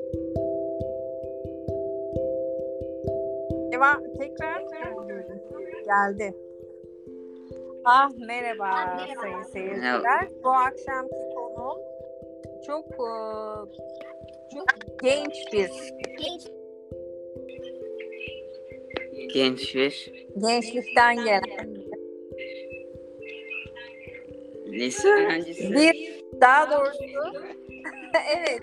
Tekrar geldi. Merhaba sayın seyirciler. Bu akşamki konuğum çok genç bir gençlikten gelen lise öğrencisi. daha doğrusu evet.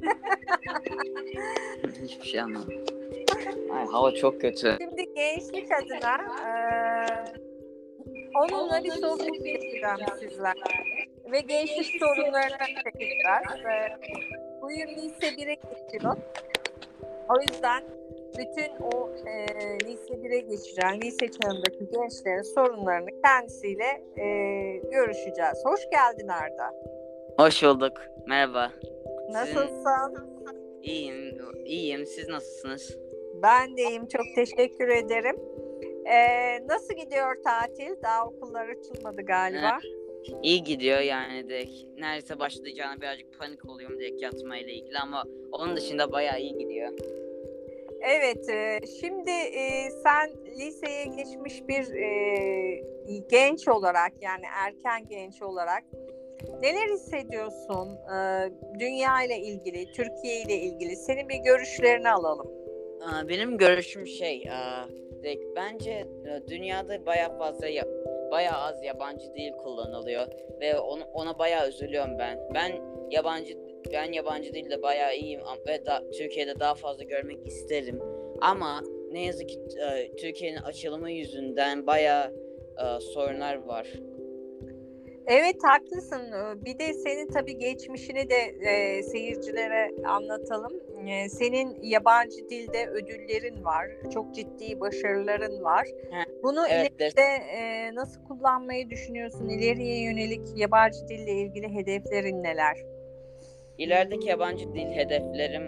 Hiçbir şey anlamadım. Ay, hava çok kötü. Şimdi gençlik adına onunla bir sohbet yapacağım sizlerle ve gençlik sorunlarına çekeceğiz. Bu yıl lise 1'e geçiyor. O yüzden bütün o lise 1'e geçiren, lise çağındaki gençlerin sorunlarını kendisiyle görüşeceğiz. Hoş geldin Arda. Hoş bulduk. Merhaba. Nasılsın? İyiyim. Siz nasılsınız? Ben de iyiyim. Çok teşekkür ederim. Nasıl gidiyor tatil? Daha okullar açılmadı galiba. İyi gidiyor yani de neredeyse başlayacağına birazcık panik oluyorum direkt yatmayla ilgili ama onun dışında bayağı iyi gidiyor. Evet, şimdi sen liseye geçmiş bir genç olarak yani erken genç olarak neler hissediyorsun dünya ile ilgili, Türkiye ile ilgili? Senin bir görüşlerini alalım. Benim görüşüm bence dünyada bayağı az yabancı dil kullanılıyor ve ona bayağı üzülüyorum ben. Ben yabancı dilde bayağı iyiyim ve Türkiye'de daha fazla görmek isterim. Ama ne yazık ki Türkiye'nin açılımı yüzünden bayağı sorunlar var. Evet, haklısın. Bir de senin tabii geçmişini de seyircilere anlatalım. Senin yabancı dilde ödüllerin var. Çok ciddi başarıların var. Bunu ileride nasıl kullanmayı düşünüyorsun? İleriye yönelik yabancı dille ilgili hedeflerin neler? İlerideki yabancı dil hedeflerim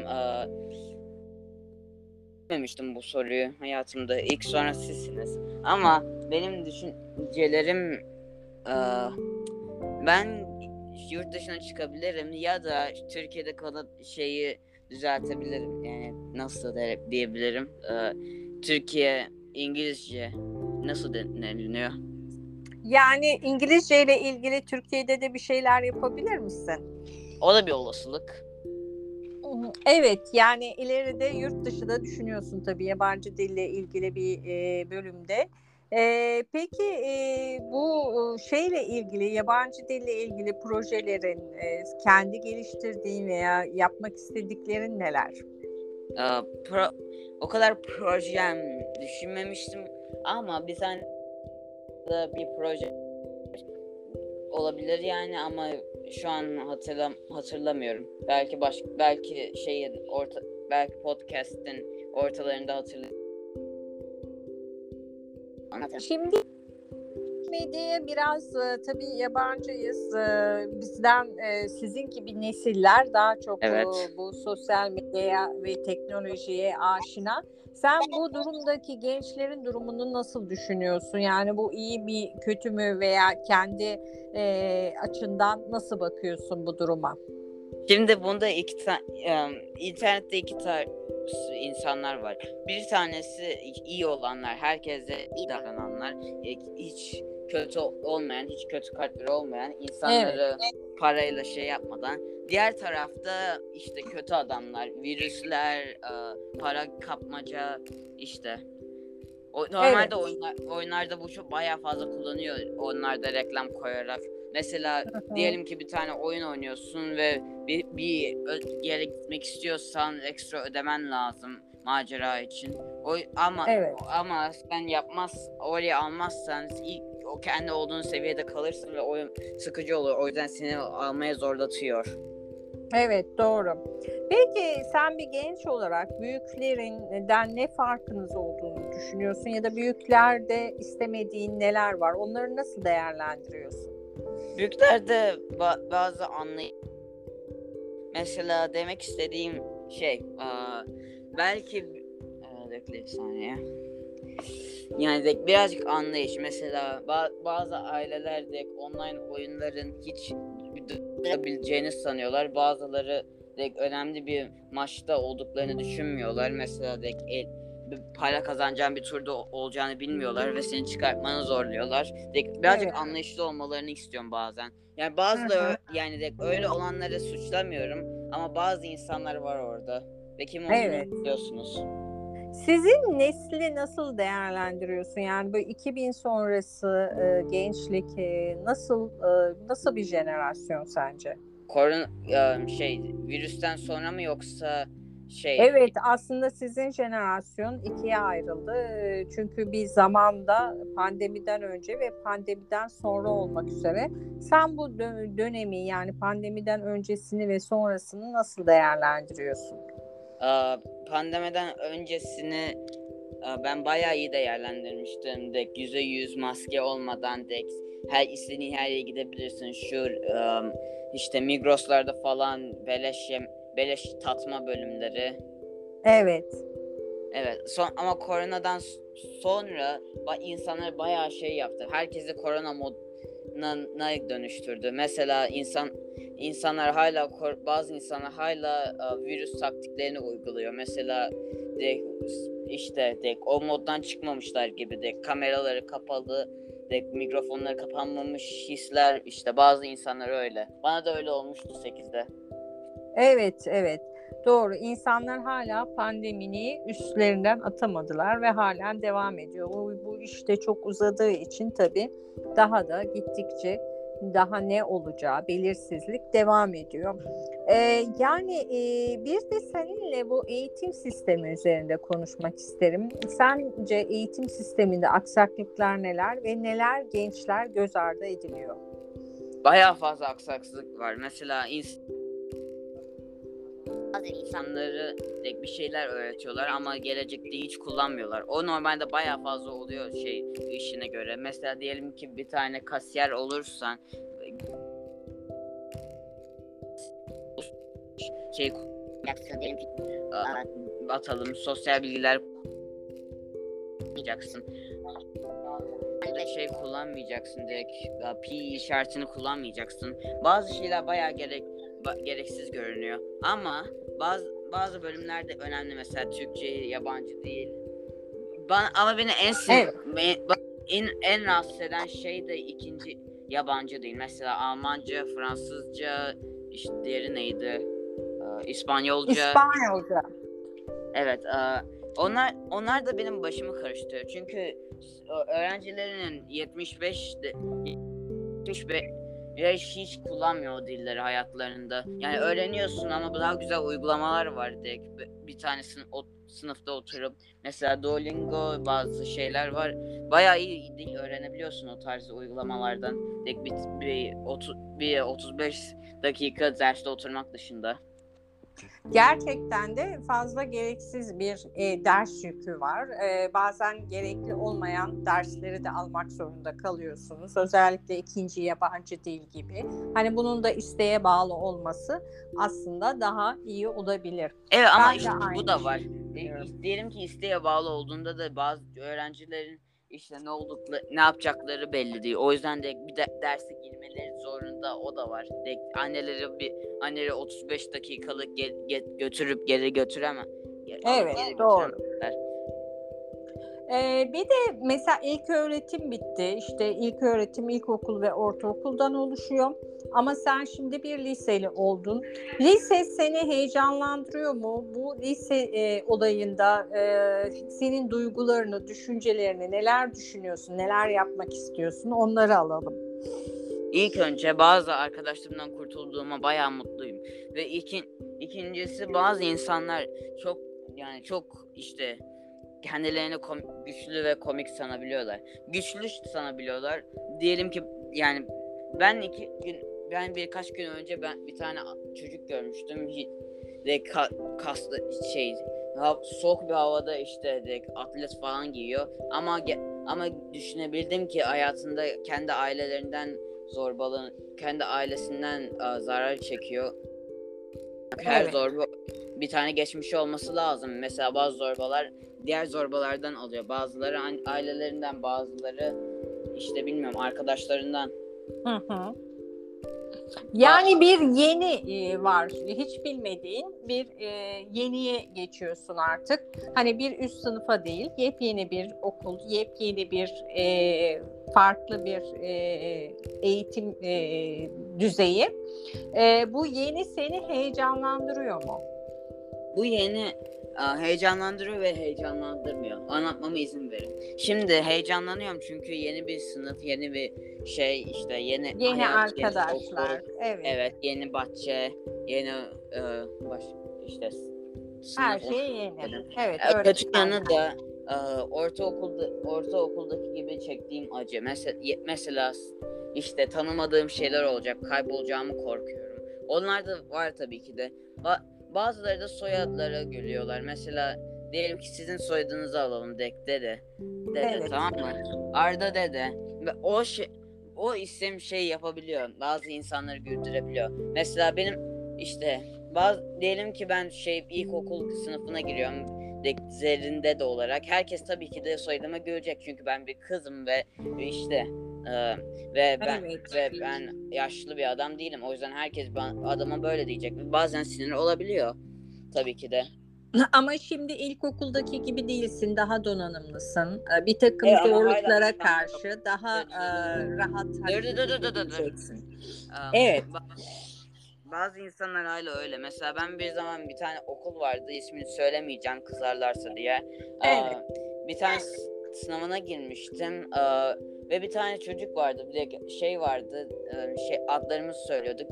düşünmemiştim bu soruyu hayatımda. İlk sonra sizsiniz. Ama benim düşüncelerim ben yurt dışına çıkabilirim ya da Türkiye'de kalıp şeyi düzeltebilirim. Yani nasıl diyebilirim? Türkiye İngilizce nasıl deniliyor? Yani İngilizce ile ilgili Türkiye'de de bir şeyler yapabilir misin? O da bir olasılık. Evet, yani ileride yurt dışı da düşünüyorsun tabii yabancı dille ilgili bir bölümde. Peki bu şeyle ilgili, yabancı dille ilgili projelerin, kendi geliştirdiğin veya yapmak istediklerin neler? O kadar projem düşünmemiştim ama bir proje olabilir yani ama şu an hatırlamıyorum. Belki belki podcast'in ortalarında hatırlarım. Şimdi medyaya biraz tabii yabancıyız. Bizden sizin gibi nesiller daha çok bu sosyal medyaya ve teknolojiye aşina. Sen bu durumdaki gençlerin durumunu nasıl düşünüyorsun? Yani bu iyi mi, kötü mü veya kendi açından nasıl bakıyorsun bu duruma? Şimdi bunda internette iki insanlar var. Bir tanesi iyi olanlar, herkese iyi davrananlar, hiç kötü olmayan, hiç kötü kalpleri olmayan insanları parayla yapmadan. Diğer tarafta işte kötü adamlar, virüsler, para kapmaca işte. Normalde oyunlarda bu çok bayağı fazla kullanıyor. Onlar da reklam koyarak. Mesela diyelim ki bir tane oyun oynuyorsun ve bir yere gitmek istiyorsan ekstra ödemen lazım macera için. Ama sen oraya almazsan o kendi olduğun seviyede kalırsın ve oyun sıkıcı olur. O yüzden seni almaya zorlatıyor. Evet, doğru. Peki sen bir genç olarak büyüklerinden ne farkınız olduğunu düşünüyorsun ya da büyüklerde istemediğin neler var? Onları nasıl değerlendiriyorsun? Büyüklerde bazı mesela demek istediğim belki bir saniye. Yani birazcık anlayış. Mesela bazı aileler online oyunların hiç durabileceğini sanıyorlar. Bazıları direkt önemli bir maçta olduklarını düşünmüyorlar. Mesela direkt para kazanacağın bir turda olacağını bilmiyorlar ve seni çıkartmanı zorluyorlar. Direkt birazcık Evet. anlayışlı olmalarını istiyorum bazen. Yani Hı bazıları hı. yani direkt öyle olanları suçlamıyorum ama bazı insanlar var orada ve kim olduğunu Evet. biliyorsunuz. Sizin nesli nasıl değerlendiriyorsun? Yani bu 2000 sonrası gençlik nasıl bir jenerasyon sence? Korona virüsten sonra mı yoksa Evet, aslında sizin jenerasyon ikiye ayrıldı. Çünkü bir zamanda pandemiden önce ve pandemiden sonra olmak üzere. Sen bu dönemi, yani pandemiden öncesini ve sonrasını nasıl değerlendiriyorsun? Pandemiden öncesini ben bayağı iyi değerlendirmiştim. %100 maske olmadan her istediğin her yere gidebilirsin. İşte Migros'larda falan beleş tatma bölümleri. Evet. Evet. Ama koronadan sonra insanlar bayağı şey yaptı. Herkesi korona moduna dönüştürdü. Mesela bazı insanlar hala virüs taktiklerini uyguluyor. Mesela o moddan çıkmamışlar gibi kameraları kapalı, mikrofonları kapanmamış hisler, işte bazı insanlar öyle. Bana da öyle olmuştu 8'de. Evet, evet. Doğru. İnsanlar hala pandemiyi üstlerinden atamadılar ve halen devam ediyor. Bu işte çok uzadığı için tabii daha da gittikçe daha ne olacağı belirsizlik devam ediyor. Bir de seninle bu eğitim sistemi üzerinde konuşmak isterim. Sence eğitim sisteminde aksaklıklar neler ve neler gençler göz ardı ediliyor? Bayağı fazla aksaklık var. Mesela bazı insanları bir şeyler öğretiyorlar ama gelecekte hiç kullanmıyorlar. O normalde bayağı fazla oluyor işine göre. Mesela diyelim ki bir tane kasiyer olursan diyelim ki atalım sosyal bilgiler kullanacaksın. Kullanmayacaksın direkt. Pi işaretini kullanmayacaksın. Bazı şeyler bayağı gereksiz görünüyor. Ama bazı bölümlerde önemli, mesela Türkçe yabancı değil. Ama beni en rahatsız eden şey de ikinci yabancı değil. Mesela Almanca, Fransızca, işte diğeri neydi? İspanyolca. Evet, onlar da benim başımı karıştırıyor. Çünkü öğrencilerin 75 hiç kullanmıyor o dilleri hayatlarında. Yani öğreniyorsun ama daha güzel uygulamalar var. Bir tanesinin sınıfta oturup mesela Duolingo, bazı şeyler var. Bayağı iyi dil öğrenebiliyorsun o tarz uygulamalardan. Bir 35 dakika derste oturmak dışında. Gerçekten de fazla gereksiz bir ders yükü var. Bazen gerekli olmayan dersleri de almak zorunda kalıyorsunuz. Özellikle ikinci yabancı dil gibi. Hani bunun da isteğe bağlı olması aslında daha iyi olabilir. Evet ama Ben işte de bu da var. düşünüyorum. Diyelim ki isteğe bağlı olduğunda da bazı öğrencilerin işte ne yapacakları belli değil. O yüzden de bir derse girmeleri zorunda, o da var. Anneleri 35 dakikalık götürüp geri götüremez. Evet, Geri doğru. götüremezler. Bir de mesela ilk öğretim bitti. İşte ilk öğretim ilkokul ve ortaokuldan oluşuyor. Ama sen şimdi bir liseli oldun. Lise seni heyecanlandırıyor mu? Bu lise olayında senin duygularını, düşüncelerini, neler düşünüyorsun, neler yapmak istiyorsun? Onları alalım. İlk önce bazı arkadaşlarımdan kurtulduğuma bayağı mutluyum. Ve ikincisi, bazı insanlar çok işte kendilerini güçlü ve komik sanabiliyorlar. Güçlü sanabiliyorlar. Diyelim ki yani ben birkaç gün önce bir tane çocuk görmüştüm. Ve kaslı soğuk bir havada işte atlet falan giyiyor. Ama düşünebildim ki hayatında kendi ailesinden zarar çekiyor. Her zorba bir tane geçmişi olması lazım. Mesela bazı zorbalar diğer zorbalardan alıyor. Bazıları ailelerinden, bazıları işte bilmiyorum arkadaşlarından. Hı hı. Yani bir yeni var. Hiç bilmediğin bir yeniye geçiyorsun artık. Hani bir üst sınıfa değil, yepyeni bir okul, yepyeni bir farklı bir eğitim düzeyi. Bu yeni seni heyecanlandırıyor mu? Bu yeni heyecanlandırıyor ve heyecanlandırmıyor. Anlatmama izin verin. Şimdi heyecanlanıyorum çünkü yeni bir sınıf, yeni bir şey, işte yeni hayat, yeni arkadaşlar. okul, Evet. evet, yeni bahçe, yeni işte Her sınıf. şey yeni. Evet, Kötü yanı öğretmenler. da ortaokuldaki gibi çektiğim acı. Mesela işte tanımadığım şeyler olacak, kaybolacağımı korkuyorum. Onlar da var tabii ki de. Bazıları da soyadlara gülüyorlar. Mesela diyelim ki sizin soyadınızı alalım, dede. Evet. Tamam mı? Arda dede. Ve o isim şey yapabiliyor. Bazı insanları güldürebiliyor. Mesela benim işte diyelim ki ben ilkokul sınıfına giriyorum. Zerrinde de olarak. Herkes tabii ki de soyadıma gülecek. Çünkü ben bir kızım ve işte Evet. ve ben yaşlı bir adam değilim. O yüzden herkes adama böyle diyecek. Bazen sinir olabiliyor. Tabii ki de. Ama şimdi ilkokuldaki gibi değilsin, daha donanımlısın. Bir takım Ama hala zorluklara insanlar karşı daha rahat hareket dur. edebileceksin. Evet, Bazı insanlar hala öyle. Mesela ben bir zaman bir tane okul vardı. İsmini söylemeyeceğim kızarlarsa diye. evet. Bir tane sınavına girmiştim. Ve bir tane çocuk vardı. Bir de şey vardı. Adlarımızı söylüyorduk.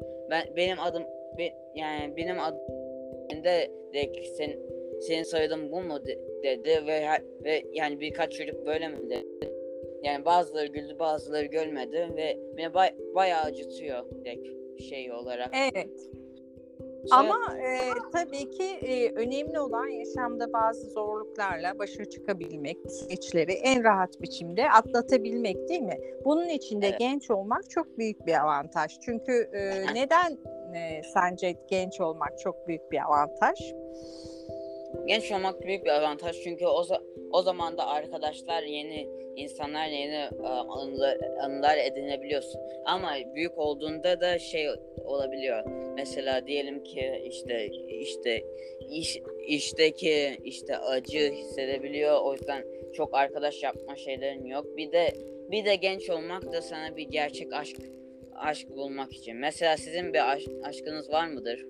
Yani benim adım de senin soyadın bu mu dedi ve yani birkaç çocuk böyle mi dedi. Yani bazıları güldü, bazıları gülmedi ve beni bayağı acıtıyor direkt şey olarak. Evet. Soyad Ama tabii ki önemli olan yaşamda bazı zorluklarla başa çıkabilmek, süreçleri en rahat biçimde atlatabilmek, değil mi? Bunun için de evet. genç olmak çok büyük bir avantaj. Çünkü neden sence genç olmak çok büyük bir avantaj? Genç olmak büyük bir avantaj çünkü o zaman da arkadaşlar, yeni insanlar, yeni anılar edinebiliyorsun. Ama büyük olduğunda da şey olabiliyor. Mesela diyelim ki işteki acı hissedebiliyor. O yüzden çok arkadaş yapma şeylerin yok. Bir de genç olmak da sana bir gerçek aşk bulmak için. Mesela sizin bir aşkınız var mıdır?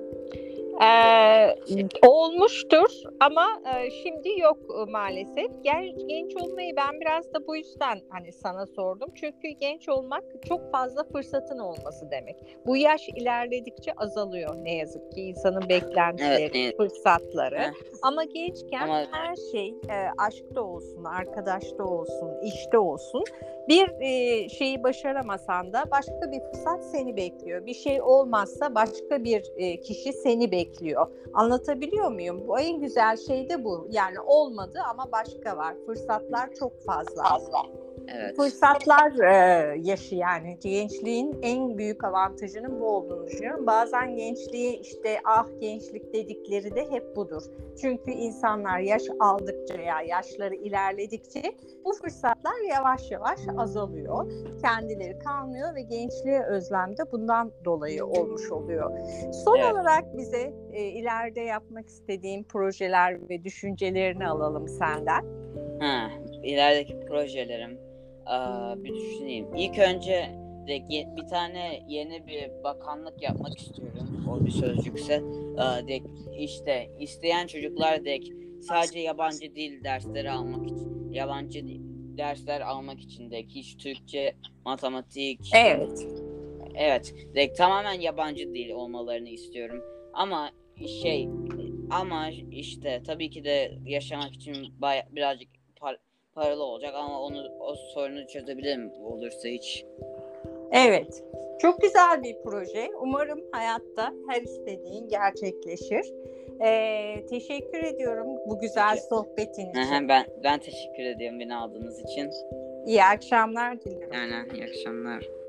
Olmuştur ama şimdi yok maalesef. Genç olmayı ben biraz da bu yüzden hani sana sordum. Çünkü genç olmak çok fazla fırsatın olması demek. Bu yaş ilerledikçe azalıyor ne yazık ki insanın beklentileri, Evet. fırsatları. Ama gençken Ama her şey aşkta olsun, arkadaşta olsun, işte olsun. Bir şeyi başaramasan da başka bir fırsat seni bekliyor. Bir şey olmazsa başka bir kişi seni bekliyor. Anlatabiliyor muyum? Bu en güzel şey de bu. Yani olmadı ama başka var. Fırsatlar çok fazla. evet. Fırsatlar yaşı, yani gençliğin en büyük avantajının bu olduğunu düşünüyorum. Bazen gençliği işte gençlik dedikleri de hep budur. Çünkü insanlar yaş aldıkça, ya yaşları ilerledikçe bu fırsatlar yavaş yavaş azalıyor. Kendileri kalmıyor ve gençliğe özlem de bundan dolayı olmuş oluyor. Son Evet. olarak bize ileride yapmak istediğin projeler ve düşüncelerini alalım senden. İlerideki projelerim. Bir düşüneyim. İlk önce de bir tane yeni bir bakanlık yapmak istiyorum. O bir sözcükse. İşte isteyen çocuklar sadece yabancı dil dersleri almak için, dersler almak için hiç Türkçe, matematik. Evet. Evet. Tamamen yabancı dil olmalarını istiyorum. Ama işte tabii ki de yaşamak için birazcık paralı olacak ama o sorunu çözebilirim olursa hiç. Evet. Çok güzel bir proje. Umarım hayatta her istediğin gerçekleşir. Teşekkür ediyorum bu güzel sohbetin için. Ben teşekkür ediyorum beni aldığınız için. İyi akşamlar diliyorum. Yani iyi akşamlar.